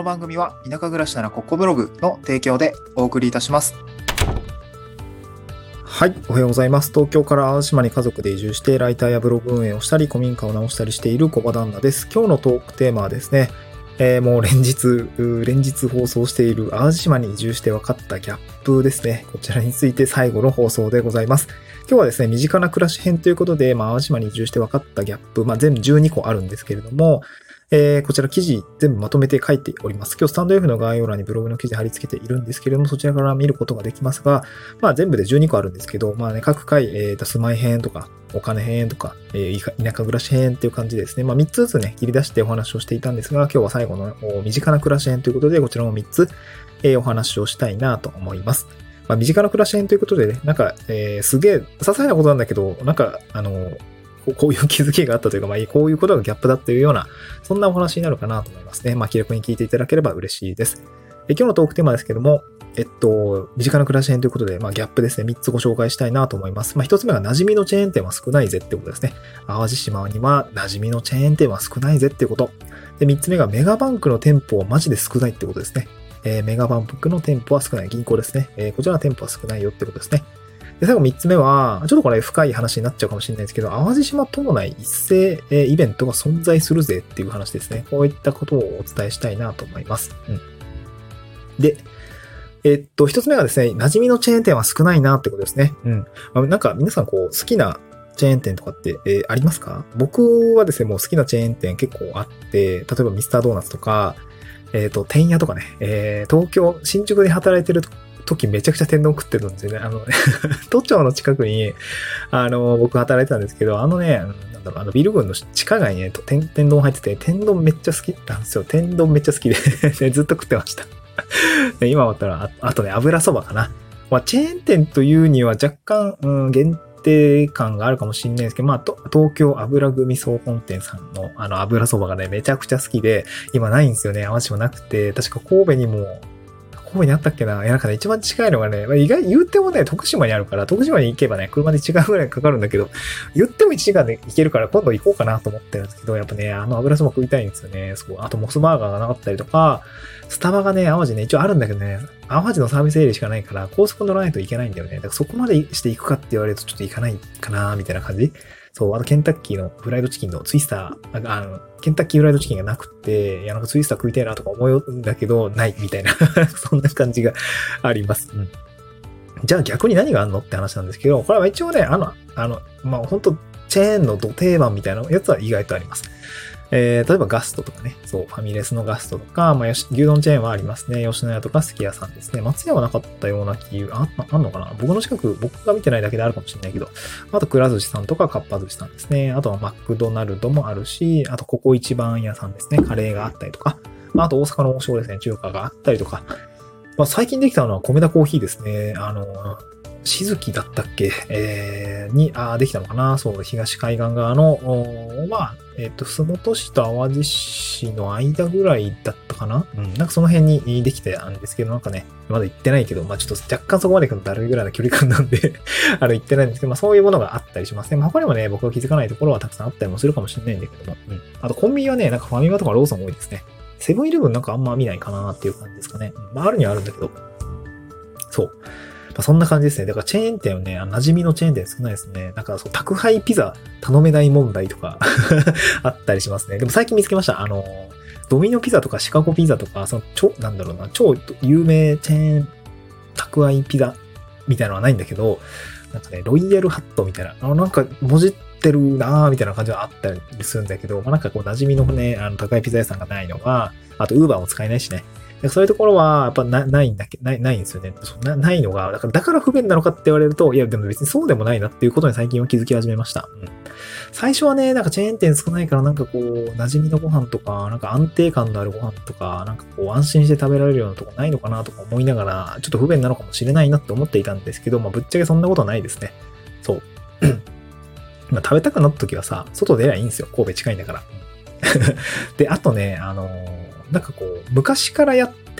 番組は田舎暮らしならここブログの提供でお送りいたします。はい、おはようございます。東京から淡路島に家族で移住してライターやブログ運営をしたり古民家を直したりしている小場旦那です。今日のトークテーマはですね、もう連日放送している淡路島に移住して分かったギャップですね。こちらについて最後の放送でございます。今日はですね、身近な暮らし編ということで、淡路島に移住して分かったギャップ、全部12個あるんですけれども、こちら記事全部まとめて書いております。今日スタンド F の概要欄にブログの記事貼り付けているんですけれども、そちらから見ることができますが、全部で12個あるんですけど、各回、住まい編とか、お金編とか、田舎暮らし編っていう感じですね。3つずつね、切り出してお話をしていたんですが、今日は最後の身近な暮らし編ということで、こちらも3つ、お話をしたいなと思います。身近な暮らし編ということでね、すげえ、些細なことなんだけど、こういう気づきがあったというか、こういうことがギャップだっていうような、そんなお話になるかなと思いますね。気楽に聞いていただければ嬉しいです。今日のトークテーマですけども、身近な暮らし編ということで、ギャップですね、3つご紹介したいなと思います。1つ目が馴染みのチェーン店は少ないぜってことですね。淡路島には馴染みのチェーン店は少ないぜっていうこと。で、3つ目がメガバンクの店舗はマジで少ないってことですね。メガバンクの店舗は少ない。銀行ですね。こちらの店舗は少ないよってことですね。で、最後3つ目は、ちょっとこれ深い話になっちゃうかもしれないですけど、淡路島島内一斉イベントが存在するぜっていう話ですね。こういったことをお伝えしたいなと思います。で、1つ目がですね、馴染みのチェーン店は少ないなってことですね。皆さん好きなチェーン店とかって、ありますか？僕はですね、もう好きなチェーン店結構あって、例えばミスタードーナツとか、天屋とかね、東京、新宿で働いてる時めちゃくちゃ天丼食ってるんですよね。都庁の近くに、僕働いてたんですけど、ビル群の地下街にね、天丼入ってて、天丼めっちゃ好きなんですよ。天丼めっちゃ好きでずっと食ってました。で今思ったら、あとね、油そばかな。チェーン店というには若干、限定感があるかもしれないですけど、東京油組総本店さんの油そばがね、めちゃくちゃ好きで、今ないんですよね。淡路島なくて、確か神戸にあったっけな。一番近いのがね、意外、言ってもね、徳島にあるから、徳島に行けばね、車で1時間ぐらいかかるんだけど、言っても1時間で行けるから、今度行こうかなと思ってるんですけど、やっぱね、油そば食いたいんですよね。そう。あと、モスバーガーがなかったりとか、スタバがね、淡路ね、一応あるんだけどね、淡路のサービスエリアしかないから、高速乗らないといけないんだよね。だからそこまでして行くかって言われるとちょっと行かないかな、みたいな感じ。そう、ケンタッキーのフライドチキンのツイスター、ケンタッキーフライドチキンがなくて、ツイスター食いたいなとか思うんだけど、ないみたいな、そんな感じがあります。じゃあ逆に何があんのって話なんですけど、これは一応ね、本当チェーンのド定番みたいなやつは意外とあります。例えばガストとかね、そう、ファミレスのガストとか、牛丼チェーンはありますね。吉野家とかすき家さんですね。松屋はなかったような気が、あんのかな？僕が見てないだけであるかもしれないけど、あと、くら寿司さんとかかっぱ寿司さんですね。あとはマクドナルドもあるし、あと、ここ一番屋さんですね。カレーがあったりとか、あと、大阪の王将ですね。中華があったりとか、最近できたのは米田コーヒーですね。しずきだったっけできたのかな。そう、東海岸側の、洲本市と淡路市の間ぐらいだったかな。その辺にできてたんですけど、まだ行ってないけど、ちょっと若干そこまで行くのだるいぐらいの距離感なんで行ってないんですけど、そういうものがあったりしますね。他にもね、僕が気づかないところはたくさんあったりもするかもしれないんだけども。あと、コンビニはね、ファミマとかローソン多いですね。セブンイレブンあんま見ないかなっていう感じですかね。あるにはあるんだけど。そう。そんな感じですね。だからチェーン店はね、馴染みのチェーン店少ないですね。宅配ピザ頼めない問題とかあったりしますね。でも最近見つけました。ドミノピザとかシカゴピザとか、超有名チェーン宅配ピザみたいなのはないんだけど、ロイヤルハットみたいな、もじってるなーみたいな感じはあったりするんだけど、馴染みのね、宅配ピザ屋さんがないのが、あとウーバーも使えないしね。そういうところは、やっぱないんですよね。ないのが、だから不便なのかって言われると、いや、でも別にそうでもないなっていうことに最近は気づき始めました。最初はね、チェーン店少ないから、馴染みのご飯とか、安定感のあるご飯とか、安心して食べられるようなとこないのかなとか思いながら、ちょっと不便なのかもしれないなって思っていたんですけど、ぶっちゃけそんなことはないですね。そう。食べたくなった時はさ、外出りゃいいんですよ。神戸近いんだから。で、あとね、昔からやっ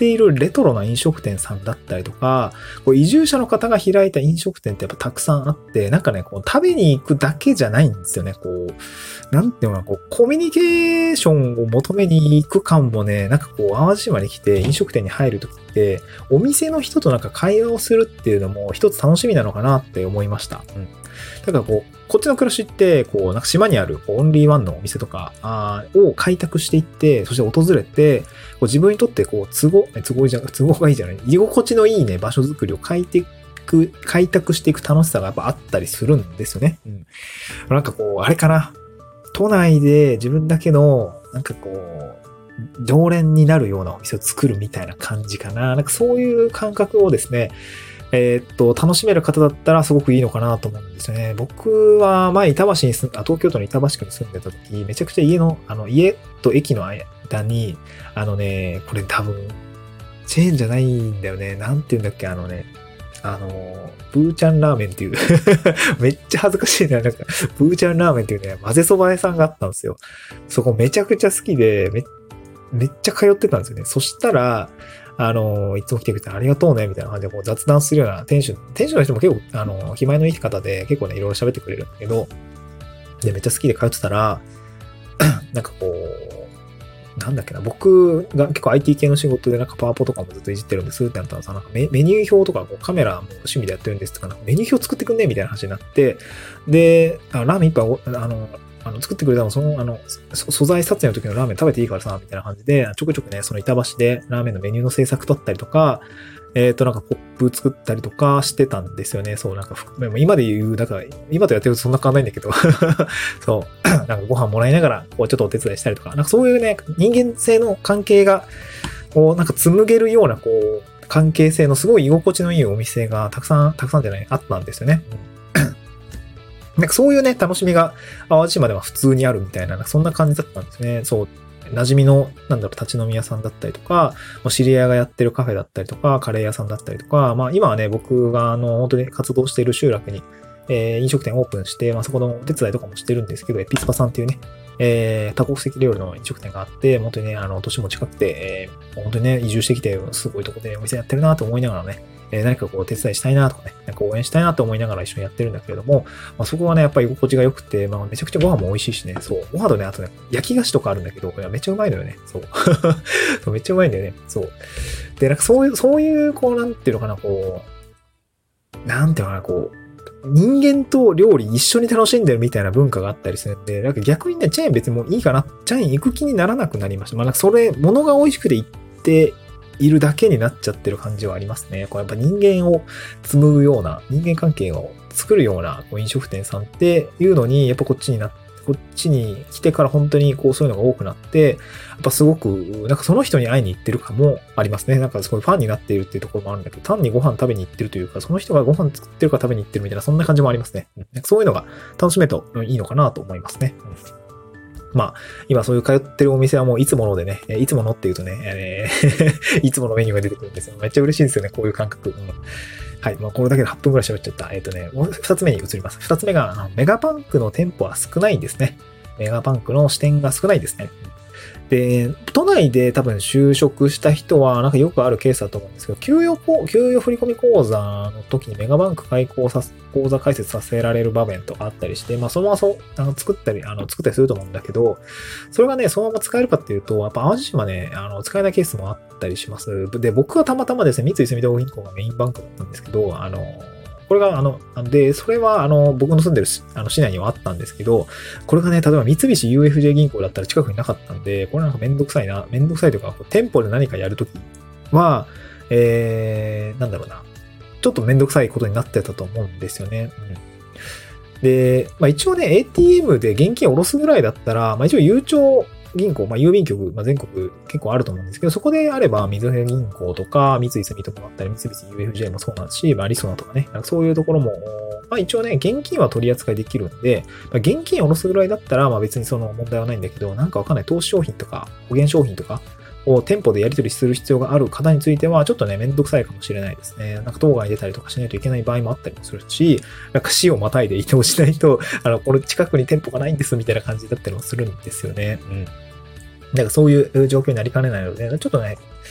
っているレトロな飲食店さんだったりとか、こう移住者の方が開いた飲食店ってやっぱたくさんあって、なんかね、こう食べに行くだけじゃないんですよね。こう、なんていうのかな、こうコミュニケーションを求めに行く感もね、なんかこう淡路島に来て飲食店に入るときって、お店の人となんか会話をするっていうのも一つ楽しみなのかなって思いました。うん。だからこう、こっちの暮らしって、こう、なんか島にあるオンリーワンのお店とかを開拓していって、そして訪れて、こう自分にとってこう、都合がいいじゃない、居心地のいいね、場所づくりを開拓していく楽しさがやっぱあったりするんですよね。うん。なんかこう、あれかな。都内で自分だけの、なんかこう、常連になるようなお店を作るみたいな感じかな。なんかそういう感覚をですね、楽しめる方だったらすごくいいのかなと思うんですよね。僕は前東京都の板橋区に住んでた時、めちゃくちゃ家と駅の間に、これ多分、チェーンじゃないんだよね。なんて言うんだっけ、ブーちゃんラーメンっていうめっちゃ恥ずかしいな。なんか、ブーちゃんラーメンっていうね、混ぜそば屋さんがあったんですよ。そこめちゃくちゃ好きで、めっちゃ通ってたんですよね。そしたら、いつも来てくれてありがとうね、みたいな感じでこう雑談するような店主の人も結構、気前のいい方で結構ね、いろいろ喋ってくれるんだけど、で、めっちゃ好きで通ってたら、なんかこう、なんだっけな、僕が結構 IT 系の仕事でなんかパワポとかもずっといじってるんですってなったらさ、なんかメニュー表とかこうカメラも趣味でやってるんですとか、なんかメニュー表作ってくんねみたいな話になって、で、ラーメン一杯作ってくれたの、素材撮影の時のラーメン食べていいからさ、みたいな感じで、ちょくちょくね、その板橋でラーメンのメニューの制作だったりとか、なんかポップ作ったりとかしてたんですよね。そう、なんか、今で言う、だから、今とやってるとそんな変わんないんだけど、そう、なんかご飯もらいながら、こう、ちょっとお手伝いしたりとか、なんかそういうね、人間性の関係が、こう、なんか紡げるような、こう、関係性のすごい居心地のいいお店がたくさんじゃない、あったんですよね。なんかそういうね、楽しみが淡路島では普通にあるみたいな、そんな感じだったんですね。そう。馴染みの、立ち飲み屋さんだったりとか、知り合いがやってるカフェだったりとか、カレー屋さんだったりとか、まあ今はね、僕が本当に活動している集落に、飲食店オープンして、まあそこのお手伝いとかもしてるんですけど、エピスパさんっていうね、多国籍料理の飲食店があって、本当にね、年も近くて、本当にね、移住してきて、すごいとこでお店やってるなと思いながらね、何かこう手伝いしたいなとかね、なんか応援したいなと思いながら一緒にやってるんだけれども、まあ、そこはね、やっぱり居心地が良くて、まあめちゃくちゃご飯も美味しいしね、そう、ご飯とね、あとね、焼き菓子とかあるんだけど、これめっちゃうまいのよね、そう。そうめっちゃうまいんだよね、そう。で、なんかそういう、こう、なんていうのかな、こう、なんていうのかな、こう、人間と料理一緒に楽しんでるみたいな文化があったりするんで、なんか逆にね、チェーン別にもういいかな、チェーン行く気にならなくなりました。まあなんか物が美味しくて行っているだけになっちゃってる感じはありますね。こうやっぱ人間を紡ぐような、人間関係を作るようなこう飲食店さんっていうのに、やっぱこっちに来てから本当にこうそういうのが多くなって、やっぱすごく、なんかその人に会いに行ってる感もありますね。なんかすごいファンになっているっていうところもあるんだけど、単にご飯食べに行ってるというか、その人がご飯作ってるから食べに行ってるみたいな、そんな感じもありますね。なんかそういうのが楽しめるといいのかなと思いますね。まあ、今そういう通ってるお店はもういつものでね、いつものって言うとね、いつものメニューが出てくるんですよ。めっちゃ嬉しいですよね、こういう感覚。はい。まあ、これだけで8分くらい喋っちゃった。もう2つ目に移ります。2つ目が、メガバンクの店舗は少ないんですね。メガバンクの支店が少ないですね。で、都内で多分就職した人はなんかよくあるケースだと思うんですけど、給与振込口座の時にメガバンク口座開設させられる場面とかあったりして、まあそのまま作ったりすると思うんだけど、それがね、そのまま使えるかっていうと、やっぱ淡路島ね、使えないケースもあったりします。で、僕はたまたまですね、三井住友銀行がメインバンクだったんですけど、これが、それは、僕の住んでる市内にはあったんですけど、これがね、例えば三菱 UFJ 銀行だったら近くになかったんで、これなんかめんどくさいというか、店舗で何かやるときは、なんだろうな、ちょっとめんどくさいことになってたと思うんですよね。で、まあ一応ね、ATM で現金を下ろすぐらいだったら、まあ一応ゆうちょ銀行、まあ郵便局、まあ全国結構あると思うんですけど、そこであれば、みずほ銀行とか、三井住友だったり、三菱 UFJ もそうなんですし、まあリソナとかね、そういうところも、まあ一応ね、現金は取り扱いできるんで、まあ、現金を下ろすぐらいだったら、まあ別にその問題はないんだけど、なんかわかんない投資商品とか、保険商品とか、を店舗でやり取りする必要がある方については、ちょっとね、めんどくさいかもしれないですね。なんか当該に出たりとかしないといけない場合もあったりもするし、なんか市をまたいで移動しないと、これ近くに店舗がないんですみたいな感じだったりもするんですよね。なんかそういう状況になりかねないので、ちょっとね、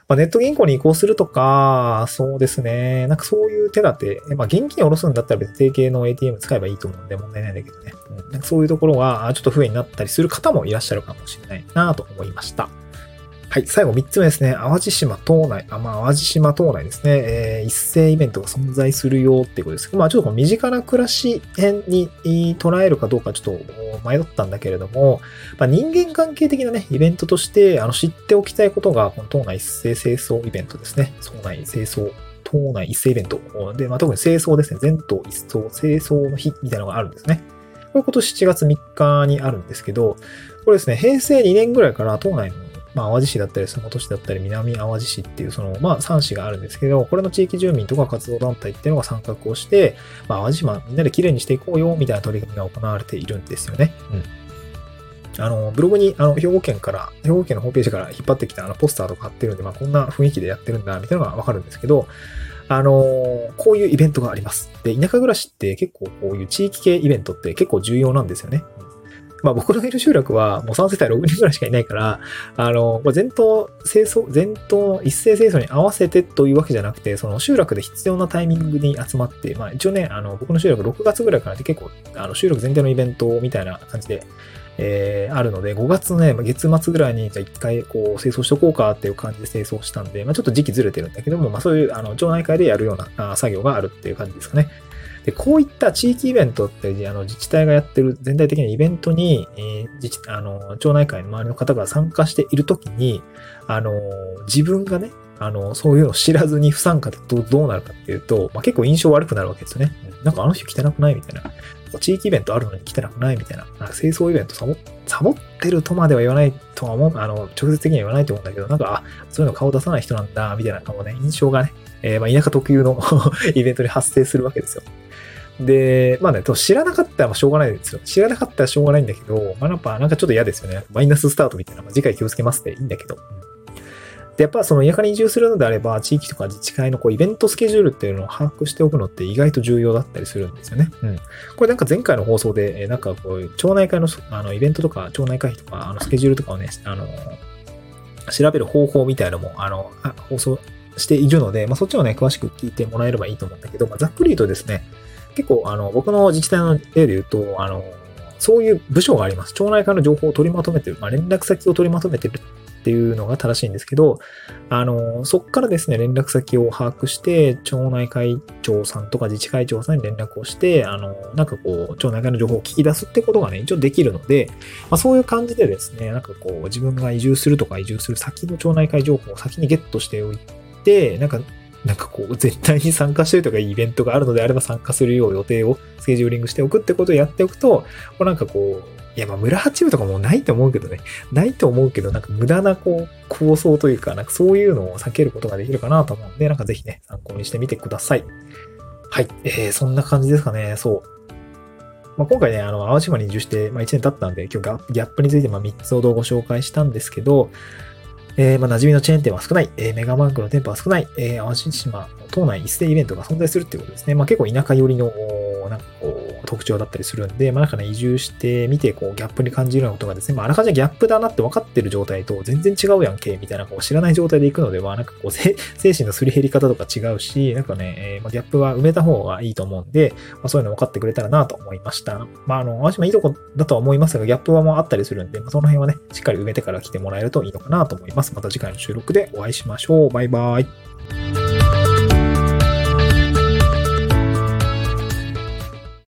まあ、ネット銀行に移行するとか、そうですね。なんかそういう手立て、まあ、現金下ろすんだったら別に定型の ATM 使えばいいと思うんで問題ないんだけどね。なんかそういうところがちょっと不便になったりする方もいらっしゃるかもしれないなと思いました。はい。最後3つ目ですね。淡路島島内。淡路島島内ですね。一斉イベントが存在するよっていうことです。まあちょっと身近な暮らし編に捉えるかどうかちょっと迷ったんだけれども、まあ、人間関係的なね、イベントとして知っておきたいことが、この島内一斉清掃イベントですね。島内一斉イベント。で、まあ特に清掃ですね。全島一掃清掃の日みたいなのがあるんですね。これ今年7月3日にあるんですけど、これですね、平成2年ぐらいから島内のまあ、淡路市だったり、洲本市だったり、南淡路市っていう、まあ、3市があるんですけど、これの地域住民とか活動団体っていうのが参画をして、まあ、淡路島みんなで綺麗にしていこうよ、みたいな取り組みが行われているんですよね。ブログに、兵庫県のホームページから引っ張ってきたポスターとか貼ってるんで、まあ、こんな雰囲気でやってるんだ、みたいなのがわかるんですけど、こういうイベントがあります。で、田舎暮らしって結構こういう地域系イベントって結構重要なんですよね。まあ僕のいる集落はもう3世帯6人ぐらいしかいないから、全島一斉清掃に合わせてというわけじゃなくて、その集落で必要なタイミングに集まって、まあ一応ね、僕の集落6月ぐらいからって結構、集落全体のイベントみたいな感じで、あるので、5月のね、月末ぐらいにじゃあ1回こう清掃しとこうかっていう感じで清掃したんで、まあちょっと時期ずれてるんだけども、まあそういう町内会でやるような作業があるっていう感じですかね。で、こういった地域イベントって自治体がやってる全体的なイベントに、町内会の周りの方が参加しているときに、自分がね、そういうのを知らずに不参加だとどうなるかっていうと、まあ、結構印象悪くなるわけですよね。なんかあの人汚くないみたいな。地域イベントあるのに汚くないみたいな。なんか清掃イベントサボってるとまでは言わないとは思う、直接的には言わないと思うんだけど、なんか、そういうの顔出さない人なんだ、みたいな顔ね、印象がね、まあ田舎特有のイベントに発生するわけですよ。で、まあね、知らなかったらしょうがないんですよ。知らなかったらしょうがないんだけど、まあやっぱなんかちょっと嫌ですよね。マイナススタートみたいな。まあ、次回気をつけますっていいんだけど。で、やっぱその田舎に移住するのであれば、地域とか自治会のこうイベントスケジュールっていうのを把握しておくのって意外と重要だったりするんですよね。これなんか前回の放送で、なんかこう、町内会のイベントとか、町内会費とか、スケジュールとかをね、調べる方法みたいなのも、放送しているので、まあそっちをね、詳しく聞いてもらえればいいと思うんだけど、まあざっくり言うとですね、結構、僕の自治体の例で言うと、そういう部署があります。町内会の情報を取りまとめてる、まあ、連絡先を取りまとめてるっていうのが正しいんですけど、そっからですね、連絡先を把握して、町内会長さんとか自治会長さんに連絡をして、なんかこう、町内会の情報を聞き出すってことがね、一応できるので、まあ、そういう感じでですね、なんかこう、自分が移住するとか移住する先の町内会情報を先にゲットしておいて、なんかこう、絶対に参加してるとかイベントがあるのであれば参加するよう予定をスケジューリングしておくってことをやっておくと、なんかこう、いやまあ村八部とかもうないと思うけどね。ないと思うけど、なんか無駄なこう、構想というか、なんかそういうのを避けることができるかなと思うんで、なんかぜひね、参考にしてみてください。はい。そんな感じですかね。そう。まあ、今回ね、淡路島に移住して、まあ、1年経ったんで、今日ギャップについてまあ3つほどご紹介したんですけど、まあ、馴染みのチェーン店は少ない、メガバンクの店舗は少ない、淡路島、島内一斉イベントが存在するっていうことですね。まあ、結構田舎寄りの、なんかこう、特徴だったりするんで、まあ、なんかね、移住してみて、こう、ギャップに感じるようなことがですね、まあ、あらかじめギャップだなって分かってる状態と全然違うやんけ、みたいな、こう、知らない状態で行くのでは、なんかこう、精神のすり減り方とか違うし、なんかね、まあ、ギャップは埋めた方がいいと思うんで、まあ、そういうの分かってくれたらなと思いました。まあ、淡島いいとこだとは思いますが、ギャップはもうあったりするんで、まあ、その辺はね、しっかり埋めてから来てもらえるといいのかなと思います。また次回の収録でお会いしましょう。バイバイ。